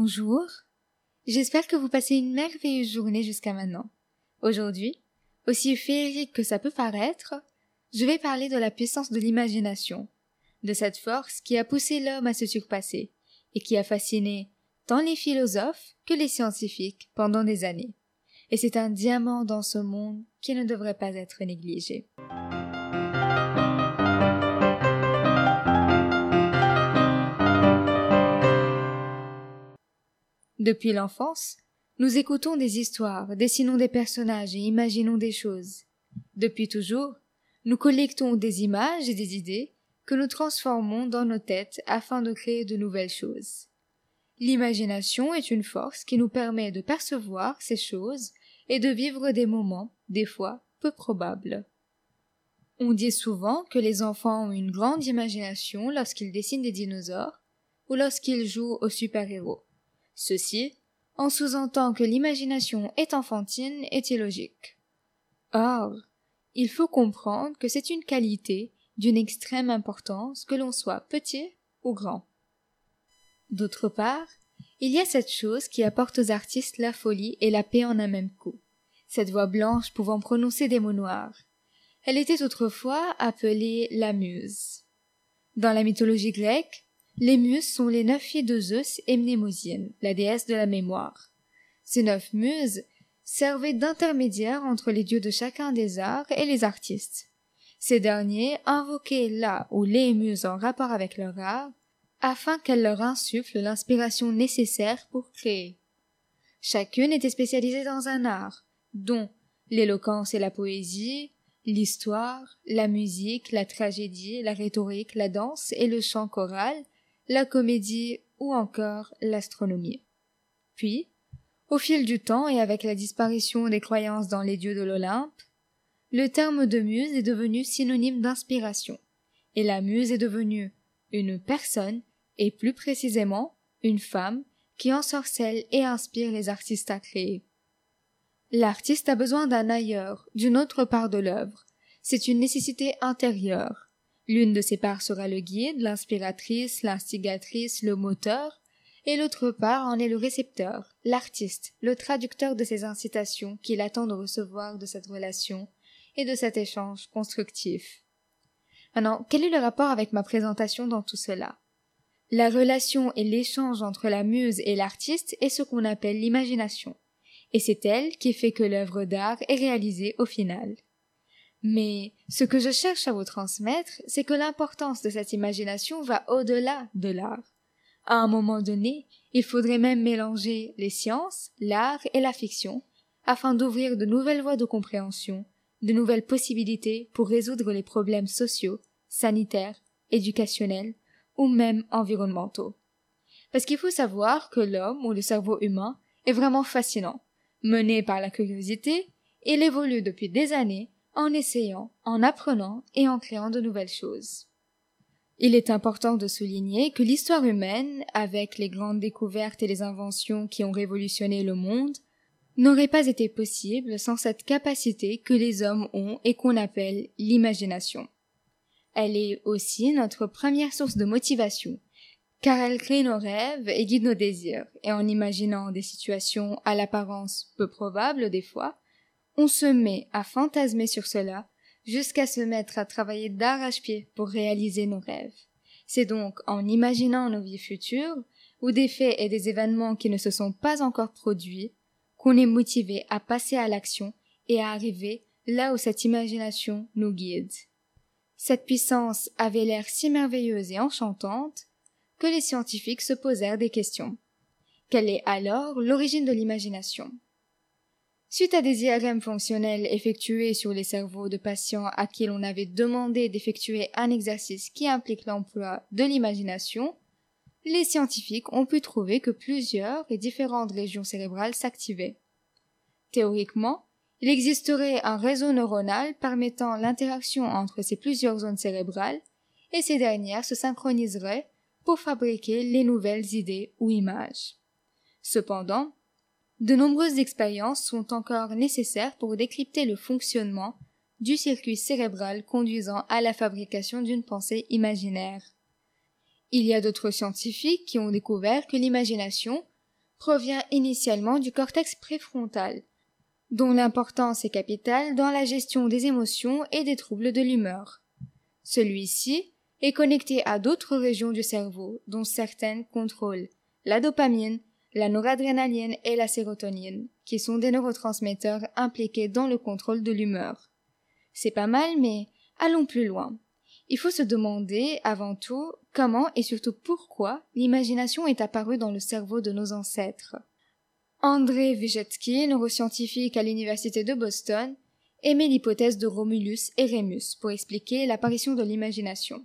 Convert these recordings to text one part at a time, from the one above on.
Bonjour, j'espère que vous passez une merveilleuse journée jusqu'à maintenant. Aujourd'hui, aussi féerique que ça peut paraître, je vais parler de la puissance de l'imagination, de cette force qui a poussé l'homme à se surpasser et qui a fasciné tant les philosophes que les scientifiques pendant des années. Et c'est un diamant dans ce monde qui ne devrait pas être négligé. Depuis l'enfance, nous écoutons des histoires, dessinons des personnages et imaginons des choses. Depuis toujours, nous collectons des images et des idées que nous transformons dans nos têtes afin de créer de nouvelles choses. L'imagination est une force qui nous permet de percevoir ces choses et de vivre des moments, des fois, peu probables. On dit souvent que les enfants ont une grande imagination lorsqu'ils dessinent des dinosaures ou lorsqu'ils jouent aux super-héros. Ceci en sous-entend que l'imagination est enfantine et illogique. Or, il faut comprendre que c'est une qualité d'une extrême importance que l'on soit petit ou grand. D'autre part, il y a cette chose qui apporte aux artistes la folie et la paix en un même coup, cette voix blanche pouvant prononcer des mots noirs. Elle était autrefois appelée la muse. Dans la mythologie grecque, les muses sont les 9 filles de Zeus et Mnémosyne, la déesse de la mémoire. Ces 9 muses servaient d'intermédiaires entre les dieux de chacun des arts et les artistes. Ces derniers invoquaient la ou les muses en rapport avec leur art, afin qu'elles leur insufflent l'inspiration nécessaire pour créer. Chacune était spécialisée dans un art, dont l'éloquence et la poésie, l'histoire, la musique, la tragédie, la rhétorique, la danse et le chant choral, la comédie ou encore l'astronomie. Puis, au fil du temps et avec la disparition des croyances dans les dieux de l'Olympe, le terme de muse est devenu synonyme d'inspiration, et la muse est devenue une personne, et plus précisément une femme, qui ensorcelle et inspire les artistes à créer. L'artiste a besoin d'un ailleurs, d'une autre part de l'œuvre. C'est une nécessité intérieure. L'une de ces parts sera le guide, l'inspiratrice, l'instigatrice, le moteur, et l'autre part en est le récepteur, l'artiste, le traducteur de ces incitations qu'il attend de recevoir de cette relation et de cet échange constructif. Maintenant, quel est le rapport avec ma présentation dans tout cela? La relation et l'échange entre la muse et l'artiste est ce qu'on appelle l'imagination, et c'est elle qui fait que l'œuvre d'art est réalisée au final. Mais ce que je cherche à vous transmettre, c'est que l'importance de cette imagination va au-delà de l'art. À un moment donné, il faudrait même mélanger les sciences, l'art et la fiction, afin d'ouvrir de nouvelles voies de compréhension, de nouvelles possibilités pour résoudre les problèmes sociaux, sanitaires, éducationnels ou même environnementaux. Parce qu'il faut savoir que l'homme ou le cerveau humain est vraiment fascinant, mené par la curiosité, et il évolue depuis des années en essayant, en apprenant et en créant de nouvelles choses. Il est important de souligner que l'histoire humaine, avec les grandes découvertes et les inventions qui ont révolutionné le monde, n'aurait pas été possible sans cette capacité que les hommes ont et qu'on appelle l'imagination. Elle est aussi notre première source de motivation, car elle crée nos rêves et guide nos désirs, et en imaginant des situations à l'apparence peu probables des fois, on se met à fantasmer sur cela jusqu'à se mettre à travailler d'arrache-pied pour réaliser nos rêves. C'est donc en imaginant nos vies futures, ou des faits et des événements qui ne se sont pas encore produits, qu'on est motivé à passer à l'action et à arriver là où cette imagination nous guide. Cette puissance avait l'air si merveilleuse et enchantante que les scientifiques se posèrent des questions. Quelle est alors l'origine de l'imagination? Suite à des IRM fonctionnels effectués sur les cerveaux de patients à qui l'on avait demandé d'effectuer un exercice qui implique l'emploi de l'imagination, les scientifiques ont pu trouver que plusieurs et différentes régions cérébrales s'activaient. Théoriquement, il existerait un réseau neuronal permettant l'interaction entre ces plusieurs zones cérébrales et ces dernières se synchroniseraient pour fabriquer les nouvelles idées ou images. Cependant, de nombreuses expériences sont encore nécessaires pour décrypter le fonctionnement du circuit cérébral conduisant à la fabrication d'une pensée imaginaire. Il y a d'autres scientifiques qui ont découvert que l'imagination provient initialement du cortex préfrontal, dont l'importance est capitale dans la gestion des émotions et des troubles de l'humeur. Celui-ci est connecté à d'autres régions du cerveau, dont certaines contrôlent la dopamine, la noradrénaline et la sérotonine, qui sont des neurotransmetteurs impliqués dans le contrôle de l'humeur. C'est pas mal, mais allons plus loin. Il faut se demander, avant tout, comment et surtout pourquoi l'imagination est apparue dans le cerveau de nos ancêtres. André Vygotsky, neuroscientifique à l'université de Boston, émet l'hypothèse de Romulus et Rémus pour expliquer l'apparition de l'imagination.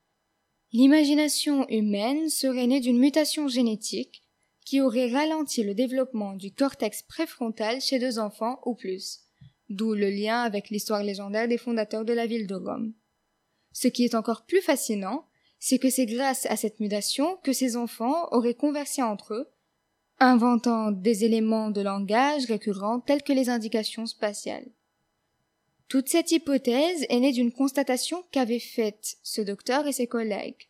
L'imagination humaine serait née d'une mutation génétique qui aurait ralenti le développement du cortex préfrontal chez 2 enfants ou plus, d'où le lien avec l'histoire légendaire des fondateurs de la ville de Rome. Ce qui est encore plus fascinant, c'est que c'est grâce à cette mutation que ces enfants auraient conversé entre eux, inventant des éléments de langage récurrents tels que les indications spatiales. Toute cette hypothèse est née d'une constatation qu'avaient faite ce docteur et ses collègues.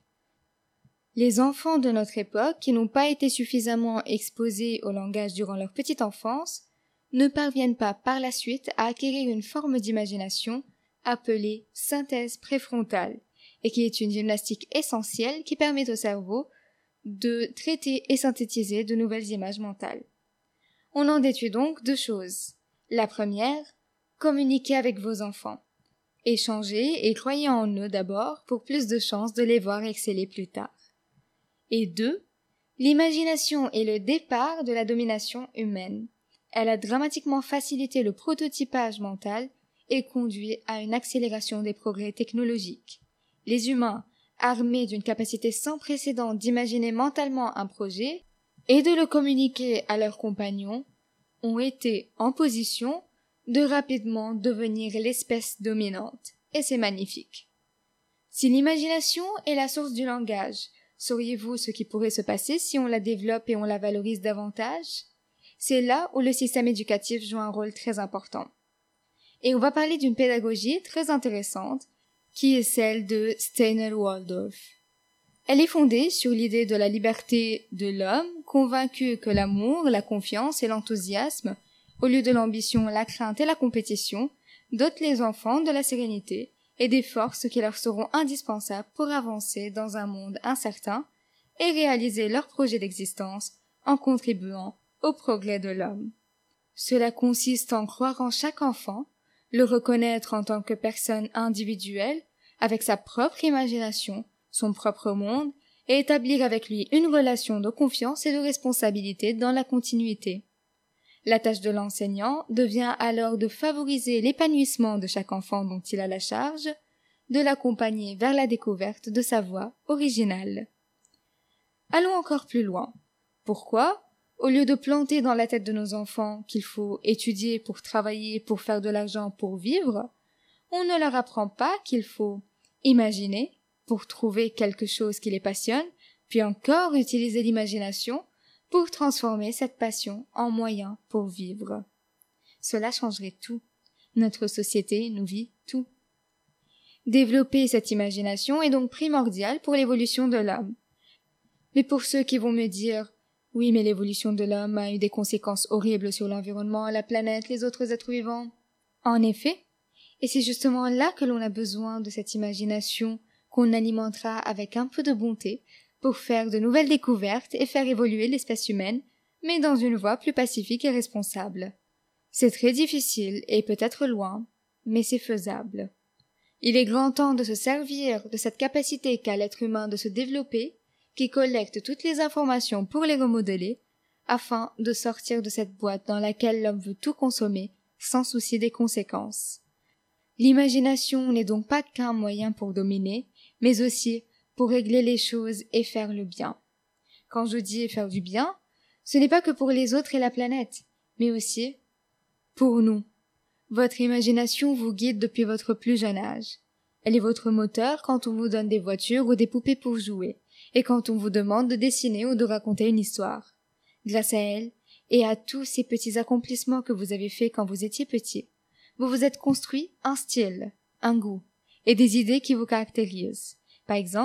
Les enfants de notre époque qui n'ont pas été suffisamment exposés au langage durant leur petite enfance ne parviennent pas par la suite à acquérir une forme d'imagination appelée synthèse préfrontale et qui est une gymnastique essentielle qui permet au cerveau de traiter et synthétiser de nouvelles images mentales. On en déduit donc 2 choses. La première, communiquez avec vos enfants. Échangez et croyez en eux d'abord pour plus de chances de les voir exceller plus tard. Et 2, l'imagination est le départ de la domination humaine. Elle a dramatiquement facilité le prototypage mental et conduit à une accélération des progrès technologiques. Les humains, armés d'une capacité sans précédent d'imaginer mentalement un projet et de le communiquer à leurs compagnons, ont été en position de rapidement devenir l'espèce dominante. Et c'est magnifique. Si l'imagination est la source du langage, sauriez-vous ce qui pourrait se passer si on la développe et on la valorise davantage? C'est là où le système éducatif joue un rôle très important. Et on va parler d'une pédagogie très intéressante qui est celle de Steiner-Waldorf. Elle est fondée sur l'idée de la liberté de l'homme, convaincu que l'amour, la confiance et l'enthousiasme, au lieu de l'ambition, la crainte et la compétition, dotent les enfants de la sérénité et des forces qui leur seront indispensables pour avancer dans un monde incertain et réaliser leur projet d'existence en contribuant au progrès de l'homme. Cela consiste en croire en chaque enfant, le reconnaître en tant que personne individuelle, avec sa propre imagination, son propre monde, et établir avec lui une relation de confiance et de responsabilité dans la continuité. La tâche de l'enseignant devient alors de favoriser l'épanouissement de chaque enfant dont il a la charge, de l'accompagner vers la découverte de sa voix originale. Allons encore plus loin. Pourquoi, au lieu de planter dans la tête de nos enfants qu'il faut étudier pour travailler, pour faire de l'argent, pour vivre, on ne leur apprend pas qu'il faut imaginer pour trouver quelque chose qui les passionne, puis encore utiliser l'imagination pour transformer cette passion en moyen pour vivre. Cela changerait tout. Notre société nous vit tout. Développer cette imagination est donc primordial pour l'évolution de l'homme. Mais pour ceux qui vont me dire « Oui, mais l'évolution de l'homme a eu des conséquences horribles sur l'environnement, la planète, les autres êtres vivants. » En effet, et c'est justement là que l'on a besoin de cette imagination qu'on alimentera avec un peu de bonté pour faire de nouvelles découvertes et faire évoluer l'espèce humaine, mais dans une voie plus pacifique et responsable. C'est très difficile et peut-être loin, mais c'est faisable. Il est grand temps de se servir de cette capacité qu'a l'être humain de se développer, qui collecte toutes les informations pour les remodeler, afin de sortir de cette boîte dans laquelle l'homme veut tout consommer, sans souci des conséquences. L'imagination n'est donc pas qu'un moyen pour dominer, mais aussi pour régler les choses et faire le bien. Quand je dis faire du bien, ce n'est pas que pour les autres et la planète, mais aussi pour nous. Votre imagination vous guide depuis votre plus jeune âge. Elle est votre moteur quand on vous donne des voitures ou des poupées pour jouer, et quand on vous demande de dessiner ou de raconter une histoire. Grâce à elle, et à tous ces petits accomplissements que vous avez faits quand vous étiez petit, vous vous êtes construit un style, un goût, et des idées qui vous caractérisent. Par exemple,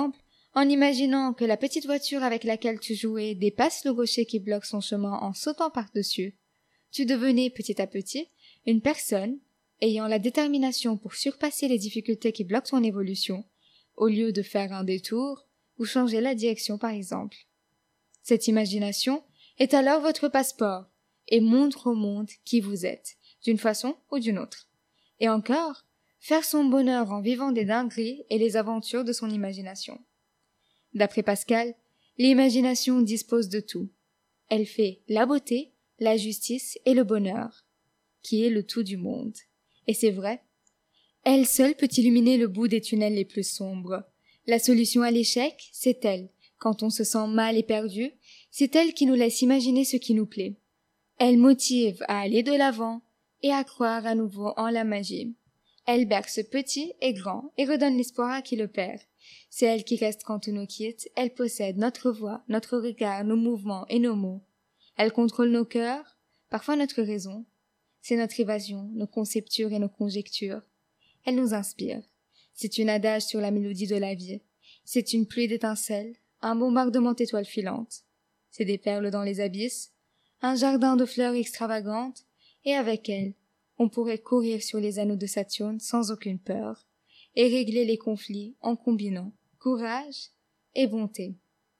En imaginant que la petite voiture avec laquelle tu jouais dépasse le rocher qui bloque son chemin en sautant par-dessus, tu devenais petit à petit une personne ayant la détermination pour surpasser les difficultés qui bloquent ton évolution, au lieu de faire un détour ou changer la direction par exemple. Cette imagination est alors votre passeport et montre au monde qui vous êtes, d'une façon ou d'une autre. Et encore, faire son bonheur en vivant des dingueries et les aventures de son imagination. D'après Pascal, l'imagination dispose de tout. Elle fait la beauté, la justice et le bonheur, qui est le tout du monde. Et c'est vrai. Elle seule peut illuminer le bout des tunnels les plus sombres. La solution à l'échec, c'est elle. Quand on se sent mal et perdu, c'est elle qui nous laisse imaginer ce qui nous plaît. Elle motive à aller de l'avant et à croire à nouveau en la magie. Elle berce petit et grand et redonne l'espoir à qui le perd. C'est elle qui reste quand tout nous quitte. Elle possède notre voix, notre regard, nos mouvements et nos mots. Elle contrôle nos cœurs, parfois notre raison. C'est notre évasion, nos conceptures et nos conjectures. Elle nous inspire. C'est une adage sur la mélodie de la vie. C'est une pluie d'étincelles, un bombardement d'étoiles filantes. C'est des perles dans les abysses, un jardin de fleurs extravagantes, et avec elle, on pourrait courir sur les anneaux de Saturne sans aucune peur, et régler les conflits en combinant courage et bonté.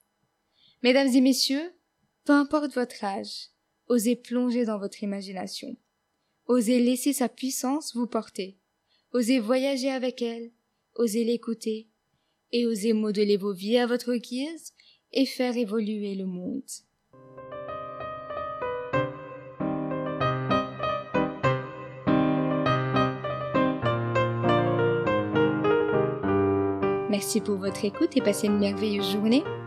Mesdames et messieurs, peu importe votre âge, osez plonger dans votre imagination. Osez laisser sa puissance vous porter. Osez voyager avec elle, osez l'écouter, et osez modeler vos vies à votre guise et faire évoluer le monde. Merci pour votre écoute et passez une merveilleuse journée.